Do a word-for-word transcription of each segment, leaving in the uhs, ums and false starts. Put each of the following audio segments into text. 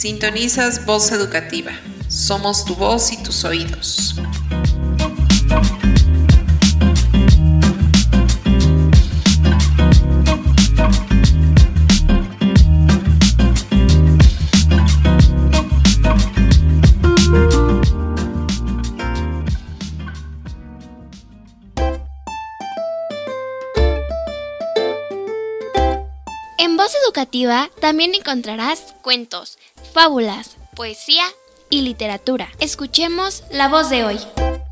Sintonizas Voz Educativa. Somos tu voz y tus oídos. En Voz Educativa también encontrarás cuentos, fábulas, poesía y literatura. Escuchemos la voz de hoy.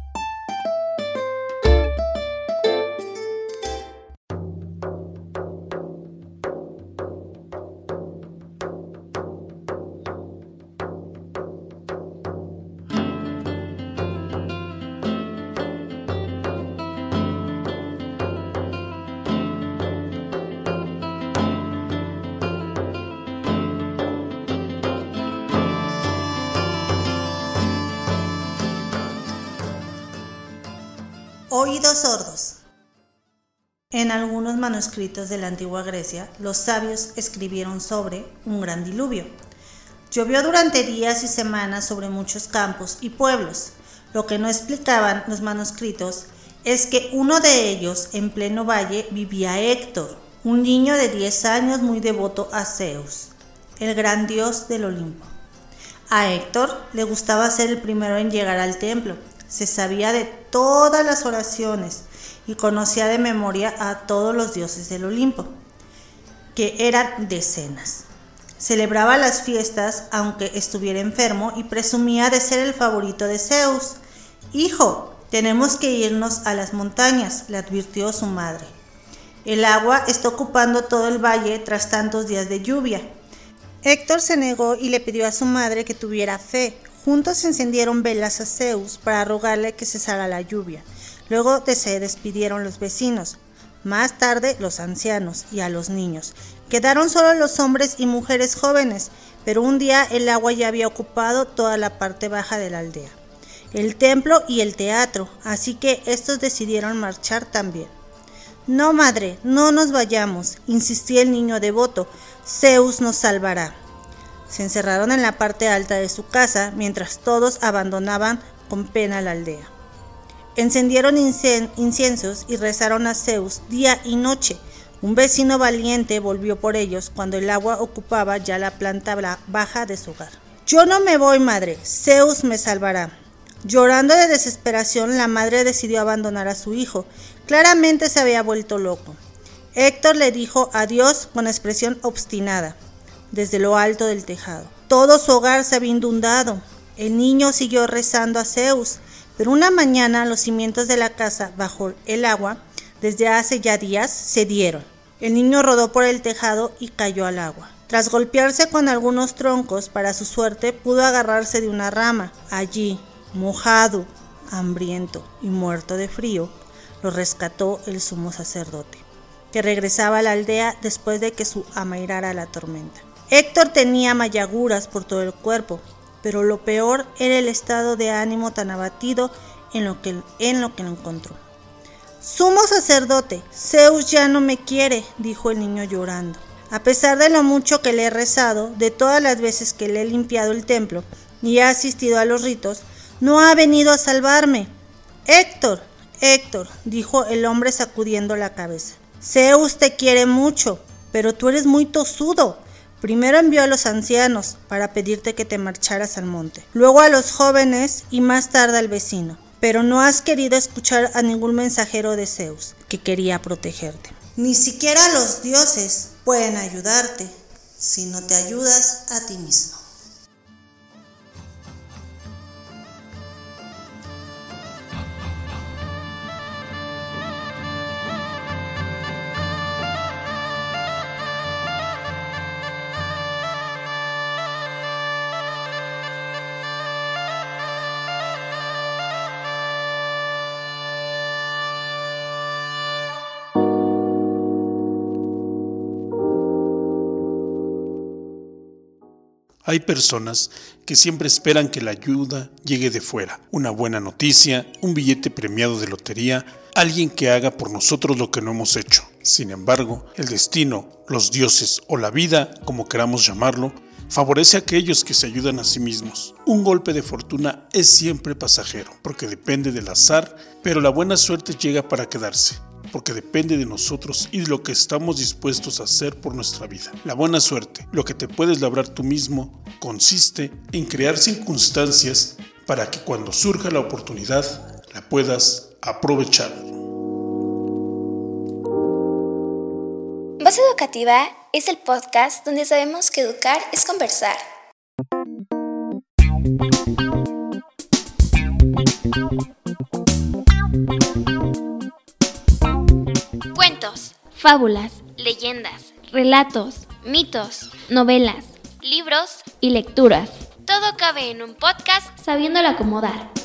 Oídos sordos. En algunos manuscritos de la antigua Grecia, los sabios escribieron sobre un gran diluvio. Llovió durante días y semanas sobre muchos campos y pueblos. Lo que no explicaban los manuscritos es que uno de ellos, en pleno valle, vivía Héctor, un niño de diez años muy devoto a Zeus, el gran dios del Olimpo. A Héctor le gustaba ser el primero en llegar al templo. Se sabía de todas las oraciones y conocía de memoria a todos los dioses del Olimpo, que eran decenas. Celebraba las fiestas aunque estuviera enfermo y presumía de ser el favorito de Zeus. «Hijo, tenemos que irnos a las montañas», le advirtió su madre. «El agua está ocupando todo el valle tras tantos días de lluvia». Héctor se negó y le pidió a su madre que tuviera fe. Juntos encendieron velas a Zeus para rogarle que cesara la lluvia. Luego se despidieron los vecinos. Más tarde los ancianos y a los niños. Quedaron solo los hombres y mujeres jóvenes, pero un día el agua ya había ocupado toda la parte baja de la aldea, el templo y el teatro, así que estos decidieron marchar también. «No, madre, no nos vayamos», insistía el niño devoto. «Zeus nos salvará». Se encerraron en la parte alta de su casa mientras todos abandonaban con pena la aldea. Encendieron inciensos y rezaron a Zeus día y noche. Un vecino valiente volvió por ellos cuando el agua ocupaba ya la planta baja de su hogar. «Yo no me voy, madre, Zeus me salvará». Llorando de desesperación, la madre decidió abandonar a su hijo. Claramente se había vuelto loco. Héctor le dijo adiós con expresión obstinada desde lo alto del tejado. Todo su hogar se había inundado. El niño siguió rezando a Zeus, pero una mañana los cimientos de la casa bajo el agua, desde hace ya días, cedieron. El niño rodó por el tejado y cayó al agua. Tras golpearse con algunos troncos, para su suerte pudo agarrarse de una rama. Allí, mojado, hambriento y muerto de frío, lo rescató el sumo sacerdote, que regresaba a la aldea después de que su amairara la tormenta. Héctor tenía mallaguras por todo el cuerpo, pero lo peor era el estado de ánimo tan abatido en lo que, en lo que lo encontró. «Sumo sacerdote, Zeus ya no me quiere», dijo el niño llorando. «A pesar de lo mucho que le he rezado, de todas las veces que le he limpiado el templo y he asistido a los ritos, no ha venido a salvarme». «Héctor, Héctor», dijo el hombre sacudiendo la cabeza. «Zeus te quiere mucho, pero tú eres muy tosudo. Primero envió a los ancianos para pedirte que te marcharas al monte, luego a los jóvenes y más tarde al vecino. Pero no has querido escuchar a ningún mensajero de Zeus que quería protegerte. Ni siquiera los dioses pueden ayudarte si no te ayudas a ti mismo». Hay personas que siempre esperan que la ayuda llegue de fuera, una buena noticia, un billete premiado de lotería, alguien que haga por nosotros lo que no hemos hecho. Sin embargo, el destino, los dioses o la vida, como queramos llamarlo, favorece a aquellos que se ayudan a sí mismos. Un golpe de fortuna es siempre pasajero, porque depende del azar, pero la buena suerte llega para quedarse, porque depende de nosotros y de lo que estamos dispuestos a hacer por nuestra vida. La buena suerte, lo que te puedes labrar tú mismo, consiste en crear circunstancias para que cuando surja la oportunidad, la puedas aprovechar. Voz Educativa es el podcast donde sabemos que educar es conversar. Cuentos, fábulas, leyendas, relatos, mitos, novelas, libros y lecturas. Todo cabe en un podcast sabiéndolo acomodar.